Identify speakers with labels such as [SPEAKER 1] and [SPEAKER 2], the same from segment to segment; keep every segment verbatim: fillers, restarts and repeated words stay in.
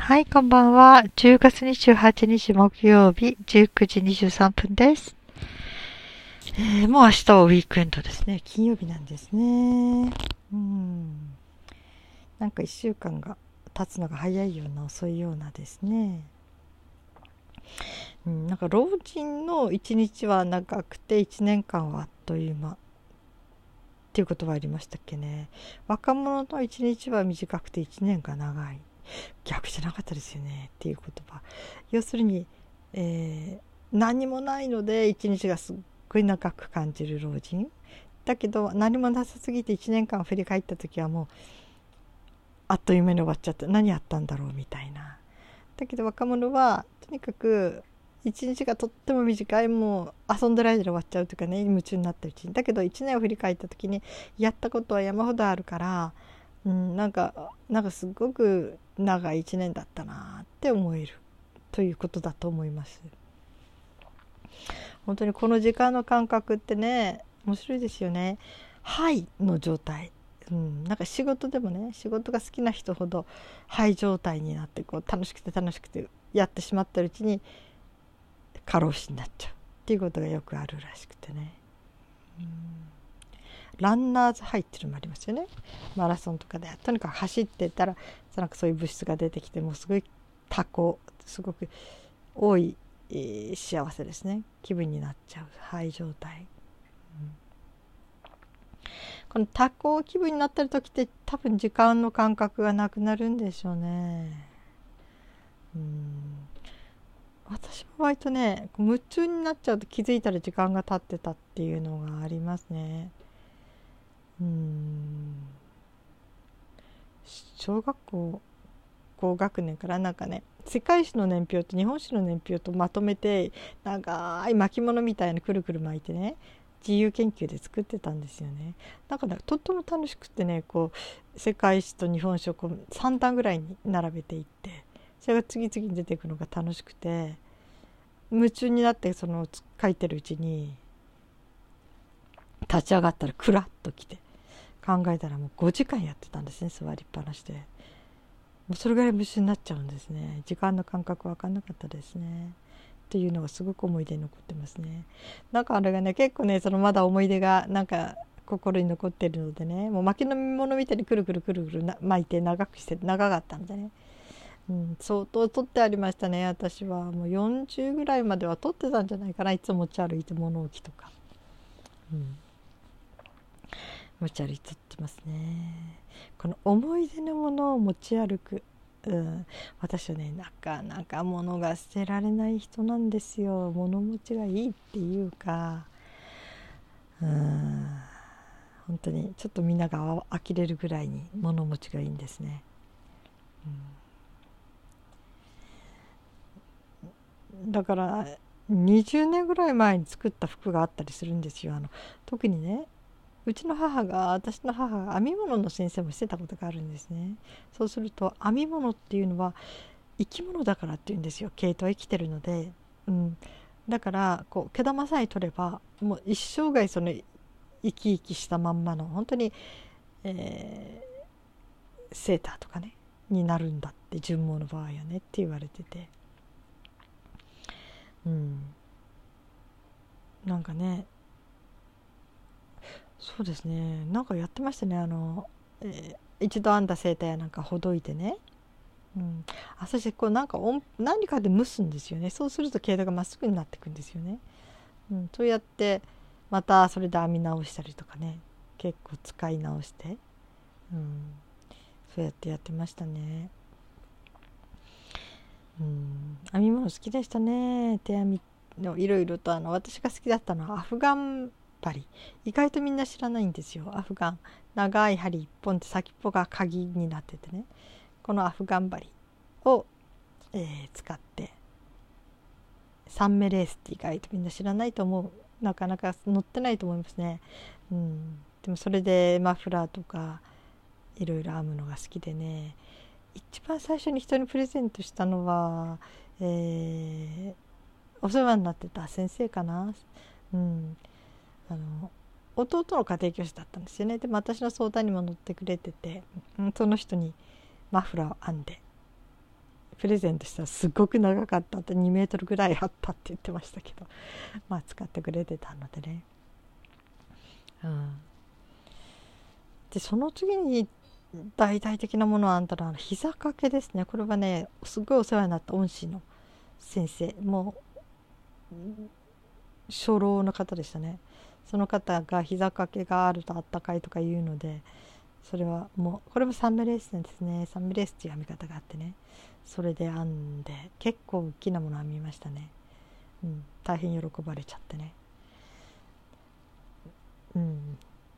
[SPEAKER 1] はい、こんばんは。じゅうがつにじゅうはちにち木曜日、じゅうくじにじゅうさんぷんです。えー、もう明日はウィークエンドですね。金曜日なんですね。うん。なんかいっしゅうかんが経つのが早いような遅いようなですね。うん、なんか老人のいちにちは長くていちねんかんはあっという間っていうことはありましたっけね。若者のいちにちは短くていちねんが長い。逆じゃなかったですよねっていう言葉。要するに、えー、何もないので一日がすっごい長く感じる老人だけど、何もなさすぎていちねんかん振り返った時はもうあっという間に終わっちゃった、何やったんだろうみたいな。だけど若者はとにかく一日がとっても短い、もう遊んでる間で終わっちゃうというかね、夢中になってるうちに。だけどいちねんを振り返った時にやったことは山ほどあるから、うん、なんかなんかすごく長いいちねんだったなって思えるということだと思います。本当にこの時間の感覚ってね、面白いですよね。はいの状態、うん、なんか仕事でもね、仕事が好きな人ほどハイ状態になって、こう楽しくて楽しくてやってしまってるうちに過労死になっちゃうっていうことがよくあるらしくてね。うん、ランナーズハイっていうのもありますよね。マラソンとかでとにかく走ってたら、なんかそういう物質が出てきて、もうすごい多幸、すごく多い、えー、幸せですね、気分になっちゃうハイ状態、うん、この多幸気分になってる時って多分時間の感覚がなくなるんでしょうね。うん、私も割とね、夢中になっちゃうと気づいたら時間が経ってたっていうのがありますね。うーん、小学校高学年からなんかね、世界史の年表と日本史の年表とまとめて長い巻物みたいなくるくる巻いてね、自由研究で作ってたんですよね。なんかね、とっても楽しくてね、こう世界史と日本史をこうさんだんぐらいに並べていって、それが次々に出ていくのが楽しくて、夢中になってその書いてるうちに、立ち上がったらクラッと来て、考えたらもうごじかんやってたんですね、座りっぱなしで。もうそれぐらい夢中になっちゃうんですね。時間の感覚分かんなかったですね。っていうのがすごく思い出に残ってますね。なんかあれがね、結構ね、そのまだ思い出がなんか心に残ってるのでね、もう巻きのみ物みたいにくるくるくるくるな巻いて長くして長かったんでね、うん、相当取ってありましたね。私はもうよんじゅうぐらいまでは取ってたんじゃないかな、いつも持ち歩いて物置とか、うん、持ち歩いてってますね。この思い出のものを持ち歩く、うん、私はね、なかなか物が捨てられない人なんですよ。物持ちがいいっていうか、うん、本当にちょっとみんなが呆れるぐらいに物持ちがいいんですね。うん、だからにじゅうねんぐらい前に作った服があったりするんですよ。あの特にね、うちの母が私の母が編み物の先生もしてたことがあるんですね。そうすると、編み物っていうのは生き物だからっていうんですよ。毛糸は生きてるので、うん、だからこう毛玉さえ取ればもう一生涯その生き生きしたまんまの本当に、えー、セーターとかねになるんだって、純毛の場合はねって言われてて、うん、なんかね、そうですね、なんかやってましたね。あの、えー、一度編んだセーターやなんかほどいてね、うん、あ、そしてこうなんか何かで蒸すんですよね。そうすると毛糸がまっすぐになっていくんですよね。うん、そうやってまたそれで編み直したりとかね、結構使い直して、うん、そうやってやってましたね。うん、編み物好きでしたね。手編みのいろいろと、あの私が好きだったのはアフガン針。意外とみんな知らないんですよ。アフガン、長い針いっぽんで先っぽが鍵になっててね、このアフガン針を、えー使ってサンメレースって意外とみんな知らないと思う。なかなか載ってないと思いますね。うん、でもそれでマフラーとかいろいろ編むのが好きでね、一番最初に人にプレゼントしたのは、えー、お世話になってた先生かな、うん、あの弟の家庭教師だったんですよね。でも私の相談にも乗ってくれてて、うん、その人にマフラーを編んでプレゼントしたらすごく長かったってにメートルぐらいあったって言ってましたけど、まあ使ってくれてたのでね、うん、でその次に大々的なものはあんたの膝掛けですね。これはねすごいお世話になった恩師の先生、もう初老の方でしたね。その方が膝掛けがあるとあったかいとか言うので、それはもうこれもサンメレースですね。サンメレースっていう編み方があってね、それで編んで結構大きなもの編みましたね。うん、大変喜ばれちゃってね。うん、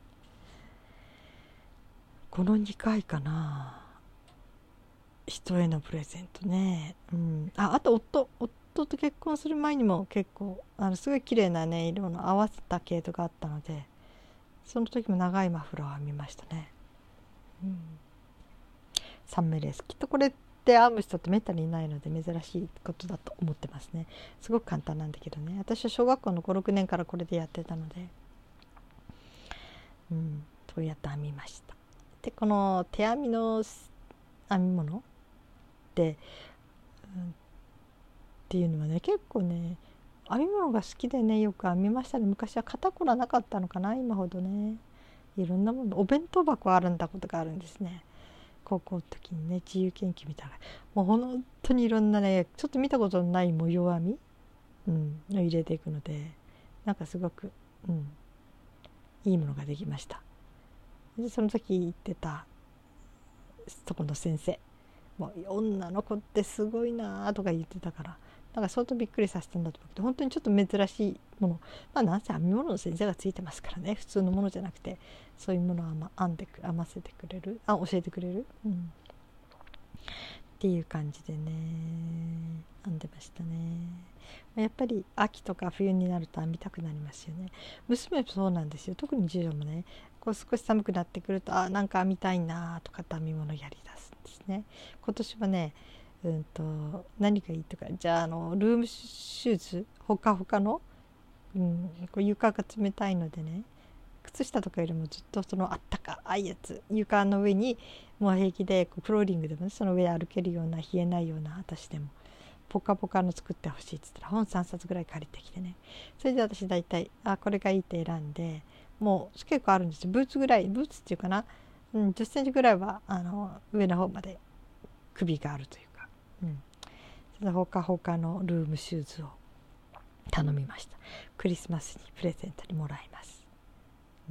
[SPEAKER 1] このにかいかな、人へのプレゼントね。うん、ああと夫夫と結婚する前にも結構あのすごい綺麗なね色の合わせた毛糸があったので、その時も長いマフラーを編みましたね。うん、サンメレース、きっとこれって編む人ってめったにいないので珍しいことだと思ってますね。すごく簡単なんだけどね、私は小学校のごろくねんからこれでやってたので、うん、そうやって編みました。でこの手編みの編み物で、うん、っていうのはね結構ね編み物が好きでねよく編みましたね。昔は肩こらなかったのかな、今ほどね。いろんなもの、お弁当箱あるんだことがあるんですね。高校の時にね自由研究みたいな、もう本当にいろんなねちょっと見たことのない模様編み、うん、を入れていくので、なんかすごく、うん、いいものができました。でその時言ってたそこの先生もう女の子ってすごいなとか言ってたから、なんか相当びっくりさせたんだと思うけど、本当にちょっと珍しいもの、まあなんせ編み物の先生がついてますからね、普通のものじゃなくてそういうものを編ま編んでく編ませてくれる、あ教えてくれる、うん、っていう感じでね編んでましたね。やっぱり秋とか冬になると編みたくなりますよね。娘もそうなんですよ。特に次女もねこう少し寒くなってくると、あなんか編みたいなとかって編み物やりだすんですね。今年はねうんと何がいいとか、じゃあ、あのルームシューズほかほかの、うん、こう床が冷たいのでね、靴下とかよりもずっとそのあったかいやつ床の上にもう平気でこうフローリングでもねその上歩けるような冷えないような、私でもポカポカの作ってほしいって言ったら本さんさつぐらい借りてきてね、それで私大体あこれがいいって選んで、もう結構あるんですよ。ブーツぐらい、ブーツっていうかな、うん、じゅっセンチぐらいはあの上の方まで首があるというか、うん、そのほかほかのルームシューズを頼みました。クリスマスにプレゼントにもらいます。うん、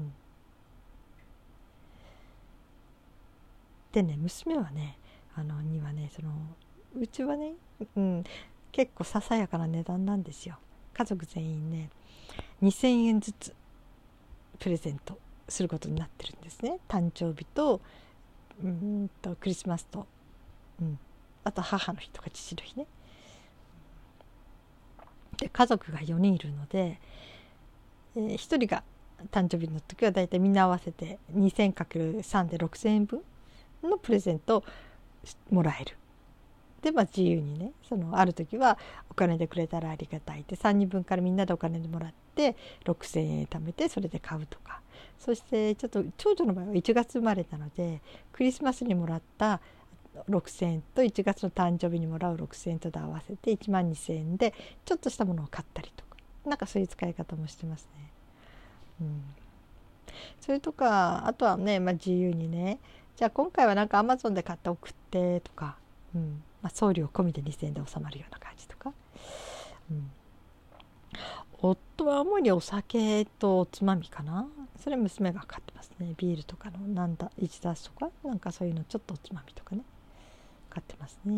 [SPEAKER 1] でね娘はねあのにはねそのうちはね、うん、結構ささやかな値段なんですよ。家族全員ねにせんえんずつプレゼントすることになってるんですね。誕生日とうんとクリスマスと、うん、あと母の日とか父の日ね。で家族がよにんいるので、えー、ひとりが誕生日の時はだいたいみんな合わせて にせんかけるさん でろくせんえんぶんのプレゼントをもらえる。でまあ自由にね、そのある時はお金でくれたらありがたいってさんにんぶんからみんなでお金でもらってろくせんえん貯めてそれで買うとか、そしてちょっと長女の場合はいちがつ生まれなのでクリスマスにもらったろくせんえんといちがつの誕生日にもらうろくせんえんとで合わせていちまんにせんえんでちょっとしたものを買ったりとか、なんかそういう使い方もしてますね。うん、それとかあとはね、まあ、自由にね、じゃあ今回はなんかアマゾンで買って送ってとか、うんまあ、送料込みでにせんえんで収まるような感じとか、うん、夫は主にお酒とおつまみかな、それ娘が買ってますね。ビールとかのなんだいちダースとかなんかそういうのちょっとおつまみとかね買ってますね。うん、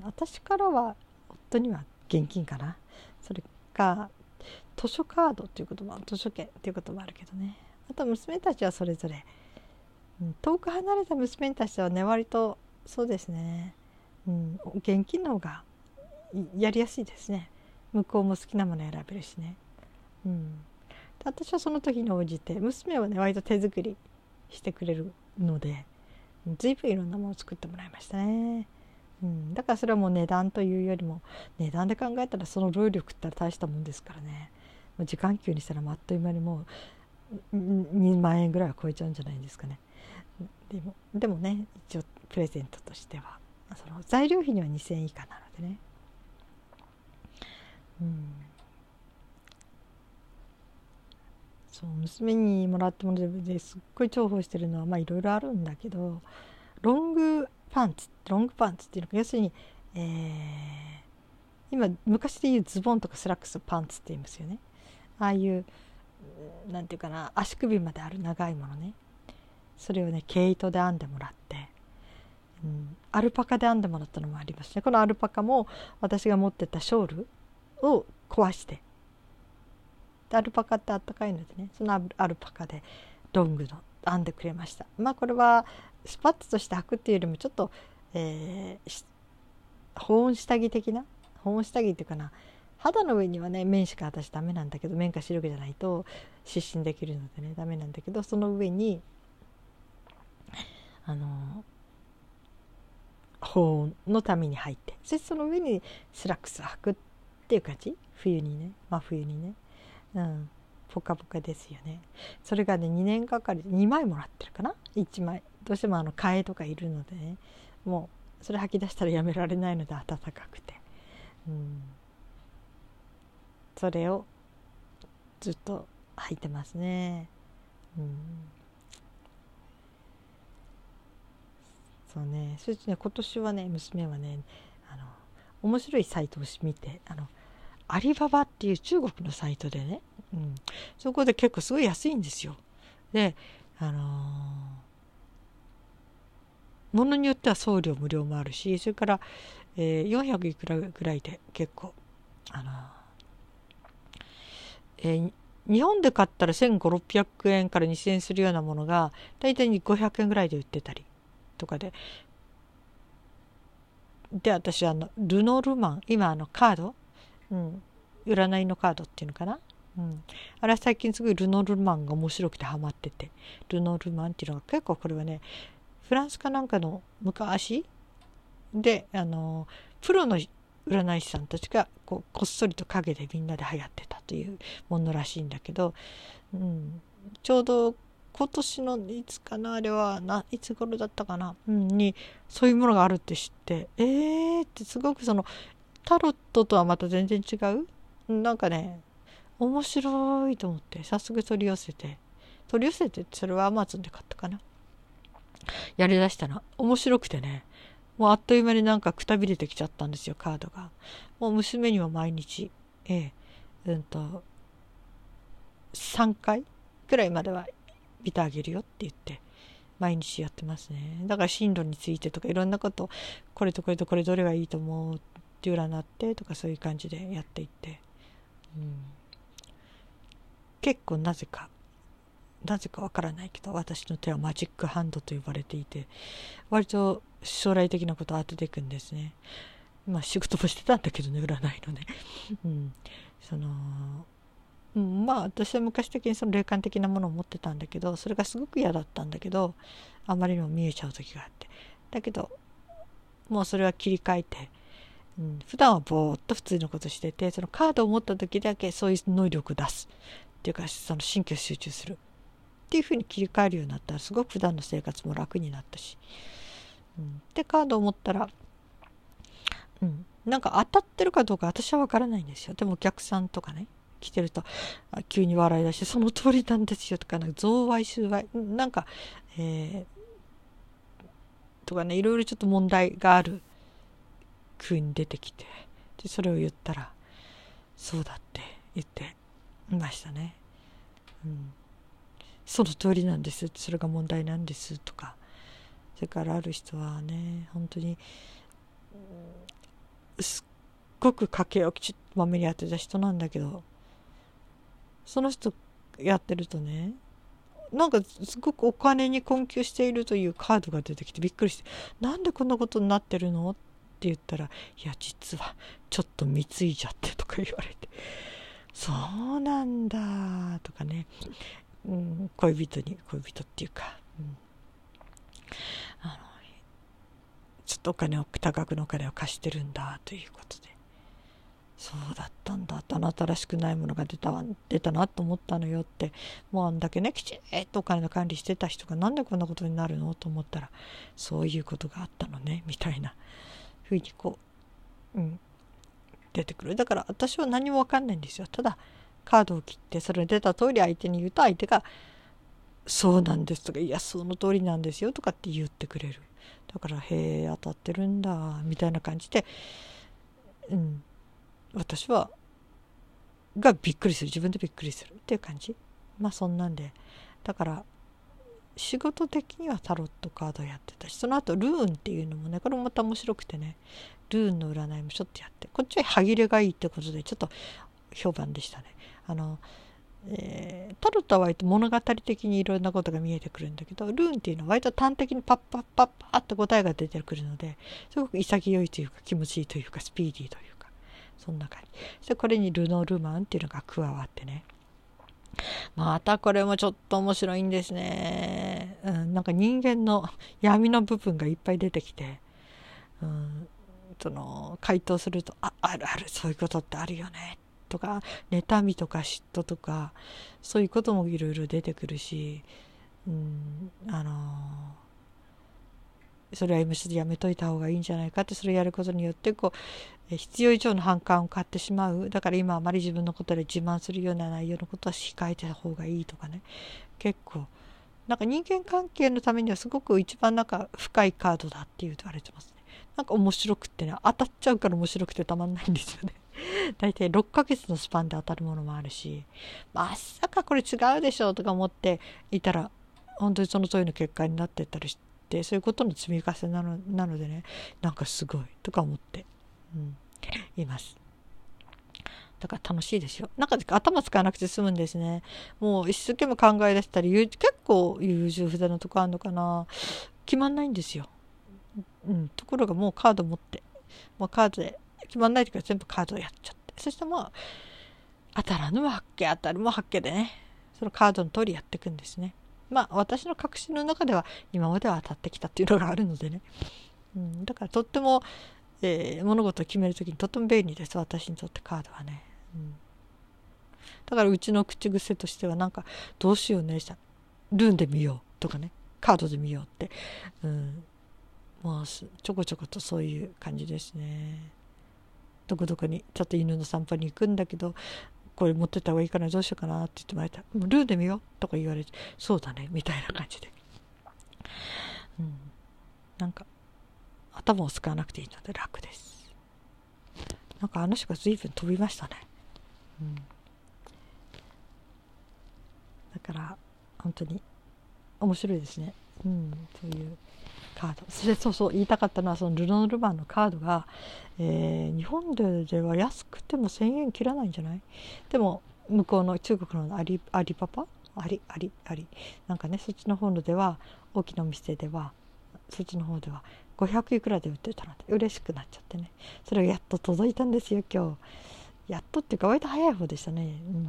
[SPEAKER 1] 私からは夫には現金かな。それか図書カードっていうことも図書券っていうこともあるけどね。あと娘たちはそれぞれ、うん、遠く離れた娘たちはね割とそうですね、うん、現金の方がやりやすいですね。向こうも好きなもの選べるしね。うん、私はその時に応じて、娘はね割と手作りしてくれるので随分いろんなものを作ってもらいましたね。うん、だからそれはもう値段というよりも値段で考えたらその労力って大したもんですからね。もう時間給にしたらあっという間にもうにまんえんぐらいは超えちゃうんじゃないですかね。でもでもね一応プレゼントとしてはその材料費にはにせんえん以下なのでね、うん、そう娘にもらったものですっごい重宝してるのはまあいろいろあるんだけど、ロングパンツロングパンツっていうのが要するに、えー、今昔でいうズボンとかスラックスパンツって言いますよね。ああいうなんていうかな、足首まである長いものね、それをね毛糸で編んでもらって、うん、アルパカで編んでもらったのもありますね。このアルパカも私が持ってたショールを壊して、アルパカってあったかいのでね、そのアルパカでロングの編んでくれました。まあこれはスパッツとして履くっていうよりもちょっと、えー、保温下着的な、保温下着っていうかな、肌の上にはね綿しか私ダメなんだけど、綿かシルクじゃないと湿疹できるのでねダメなんだけど、その上にあの保温のために履いて、そしてその上にスラックスを履くっていう感じ、冬にね、真冬にね、うん、ポカポカですよね。それがねにねんかかりでにまいもらってるかな。いちまいどうしてもあの替えとかいるのでね、もうそれ履き出したらやめられないので暖かくて、うん、それをずっと履いてますね。うん、そうね。そしてね今年はね娘はねあの面白いサイトを見て、あのアリババっていう中国のサイトでね、うん、そこで結構すごい安いんですよ。であのー、ものによっては送料無料もあるし、それから、えー、よんひゃくいくらぐらいで結構あのーえー日本で買ったらせんごひゃくろっぴゃくえんからにせんえんするようなものがだいたいごひゃくえんぐらいで売ってたりとかで、で私あのルノルマン、今あのカード、うん、占いのカードっていうのかな、うん、あれは最近すごいルノルマンが面白くてハマってて、ルノルマンっていうのが結構これはねフランスかなんかの昔で、あのプロの占い師さんたちがこうこっそりと陰でみんなで流行ってたというものらしいんだけど、うん、ちょうど今年のいつかな、あれはないつ頃だったかな、うん、にそういうものがあるって知って、えーってすごくそのタロットとはまた全然違う、なんかね面白いと思って早速取り寄せて取り寄せてそれはアマゾンで買ったかな、やりだしたら面白くてね、もうあっという間になんかくたびれてきちゃったんですよ、カードが。もう娘には毎日、ええ、うんとさんかいくらいまでは見てあげるよって言って毎日やってますね。だから進路についてとかいろんなこと、これとこれとこれどれがいいと思うって占ってとかそういう感じでやっていって、うん、結構なぜかなぜかわからないけど私の手はマジックハンドと呼ばれていて、割と将来的なことを当てていくんですね。まあ仕事もしてたんだけどね、占いのね、うん、その、うん、まあ私は昔的にその霊感的なものを持ってたんだけど、それがすごく嫌だったんだけど、あまりにも見えちゃう時があって、だけどもうそれは切り替えて、うん、普段はぼーっと普通のことしてて、そのカードを持った時だけそういう能力を出すっていうか、その神経を集中するっていう風に切り替えるようになったらすごく普段の生活も楽になったし、うん、でカードを持ったら、うん、なんか当たってるかどうか私は分からないんですよ。でもお客さんとかね来てると急に笑い出して、その通りなんですよとか、なんか贈賄収賄なんか、えー、とかね、いろいろちょっと問題がある風に出てきて、でそれを言ったらそうだって言っていましたね。うん、その通りなんです、それが問題なんですとか。それからある人はね本当に、うん、すっごく家計をきちっとまめにやってた人なんだけど、その人やってるとね、なんかすごくお金に困窮しているというカードが出てきてびっくりして、なんでこんなことになってるのって言ったら、いや実はちょっと貢いじゃってとか言われて、そうなんだとかね、うん、恋人に恋人っていうか、うん、あのちょっとお金を多額のお金を貸してるんだということで、 そうだったんだって、あなたらしくないものが出たわ出たなと思ったのよって、もうあんだけねきちっとお金の管理してた人がなんでこんなことになるのと思ったら、そういうことがあったのねみたいなふうにこう、うん、出てくる。だから私は何も分かんないんですよ。ただカードを切ってそれに出た通り相手に言うと、相手がそうなんですとか、いやその通りなんですよとかって言ってくれる。だからへえ当たってるんだみたいな感じで、うん、私はがびっくりする、自分でびっくりするっていう感じ。まあそんなんで、だから仕事的にはタロットカードやってたし、その後ルーンっていうのもね、これもまた面白くてね、ルーンの占いもちょっとやって、こっちは歯切れがいいってことでちょっと評判でしたね。あの、えー、タロットは割と物語的にいろんなことが見えてくるんだけど、ルーンっていうのは割と端的にパッパッパッパッと答えが出てくるので、すごく潔いというか気持ちいいというかスピーディーというか、そんな感じ。そしてこれにルノルマンっていうのが加わってね、またこれもちょっと面白いんですね。うん、なんか人間の闇の部分がいっぱい出てきて、うん、その回答すると、あ、あるある、そういうことってあるよねとか、妬みとか嫉妬とか、そういうこともいろいろ出てくるし、うん、あのそれは今ちょっとやめといた方がいいんじゃないかって、それをやることによってこう必要以上の反感を買ってしまう。だから今あまり自分のことで自慢するような内容のことは控えてた方がいいとかね、結構なんか人間関係のためにはすごく一番なんか深いカードだって言われてますね。なんか面白くってね、当たっちゃうから面白くてたまんないんですよね。大体ろっかげつのスパンで当たるものもあるし、まさかこれ違うでしょとか思っていたら本当にその通りの結果になってったりして、そういうことの積み重ねなの、なのでね、なんかすごいとか思って、うん、います。だから楽しいですよ。なんか頭使わなくて済むんですね。もう一生懸命考え出したり、結構優柔不断なとこあるのかな。決まんないんですよ。うん、ところがもうカード持って、もうカードで決まんないときは全部カードやっちゃって、そしてまあ当たらぬも発見、当たるも発見でね、そのカードの通りやっていくんですね。まあ私の確信の中では今までは当たってきたっていうのがあるのでね、うん、だからとっても、えー、物事を決めるときにとっても便利です、私にとってカードはね、うん、だからうちの口癖としては、なんかどうしようね、ルーンで見ようとかね、カードで見ようって、うん、もうちょこちょことそういう感じですね。どこどこにちょっと犬の散歩に行くんだけど、これ持ってった方がいいかな、どうしようかなって言ってもらえたら、もうルーで見ようとか言われて、そうだねみたいな感じで、うん、なんか頭を使わなくていいので楽です。なんか話が随分飛びましたね、うん、だから本当に面白いですね、うん、そういうカード。そしてそうそう言いたかったのは、そのルノルマンのカードが、えー、日本ででは安くてもせんえん切らないんじゃない？でも向こうの中国のアリアリパパアリアリアリなんかね、そっちの方のでは、大きなお店ではそっちの方ではごひゃくいくらで売ってたので嬉しくなっちゃってね、それがやっと届いたんですよ今日。やっとっていうか割と早い方でしたね、うん、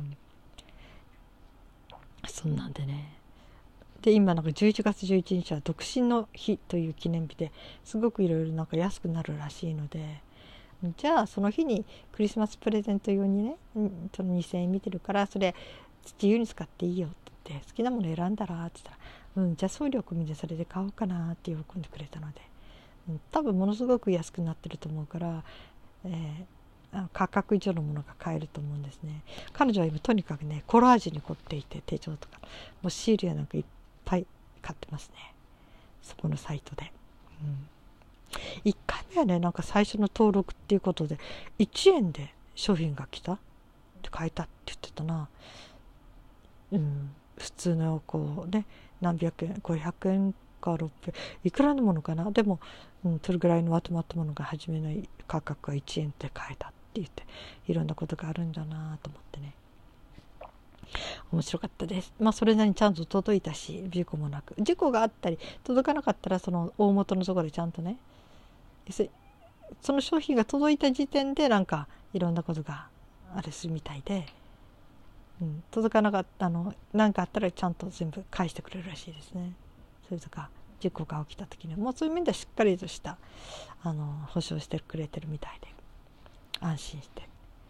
[SPEAKER 1] そんなんでね。で今なんかじゅういちがつじゅういちにちは独身の日という記念日で、すごくいろいろなんか安くなるらしいので、じゃあその日にクリスマスプレゼント用にね、そのにせんえん見てるからそれ自由に使っていいよって言って、好きなもの選んだらって言ったら、うん、じゃあ送料込みでそれで買おうかなって喜んでくれたので、うん、多分ものすごく安くなってると思うから、えー、価格以上のものが買えると思うんですね。彼女は今とにかくねコラージュに凝っていて、手帳とかもうシールやなんかいっぱい買ってますね、そこのサイトで、うん、いっかいめはね、なんか最初の登録っていうことでいちえんで商品が来たって買えたって言ってたな、うん、普通のこうね何百円、ごひゃくえんかろっぴゃくいくらのものかな、でも、うん、それぐらいのまとまったものが初めの価格がいちえんで買えたって言って、いろんなことがあるんだなと思ってね、面白かったです。まあそれなりにちゃんと届いたし、事故もなく、事故があったり届かなかったらその大元のところでちゃんとね、その商品が届いた時点でなんかいろんなことがあれするみたいで、うん、届かなかったの何かあったらちゃんと全部返してくれるらしいですね。それとか事故が起きた時にもうそういう面ではしっかりとしたあの保証してくれてるみたいで、安心して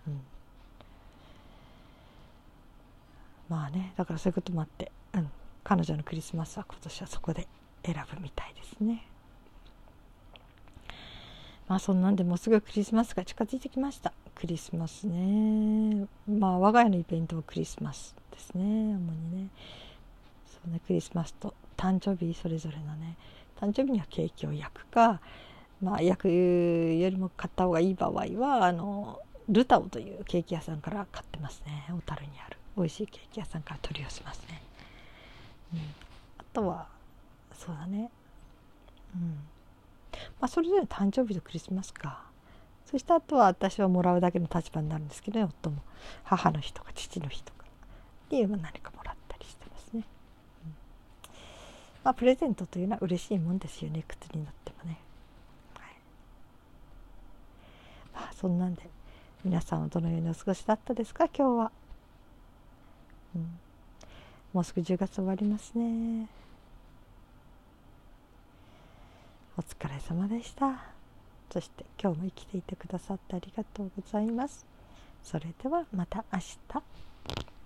[SPEAKER 1] うん、まあね、だからそういうこともあって、うん、彼女のクリスマスは今年はそこで選ぶみたいですね。まあそんなんでもうすぐクリスマスが近づいてきました。クリスマスね、まあ我が家のイベントもクリスマスですね、主にね。そうね、クリスマスと誕生日それぞれのね、誕生日にはケーキを焼くか、まあ焼くよりも買った方がいい場合はあのルタオというケーキ屋さんから買ってますね。小樽にある美味しいケーキ屋さんから取り寄せますね。うん、あとはそうだね、うん、まあそれぞれ誕生日とクリスマスか。そしてあとは私はもらうだけの立場になるんですけどね、夫も母の日とか父の日とかっていうの何かもらったりしてますね。うん、まあプレゼントというのは嬉しいもんですよね、いくつになってもね。はい、まあそんなんで皆さんはどのようにお過ごしだったですか今日は。うん、もうすぐじゅうがつ終わりますね。お疲れ様でした。そして今日も生きていてくださってありがとうございます。それではまた明日。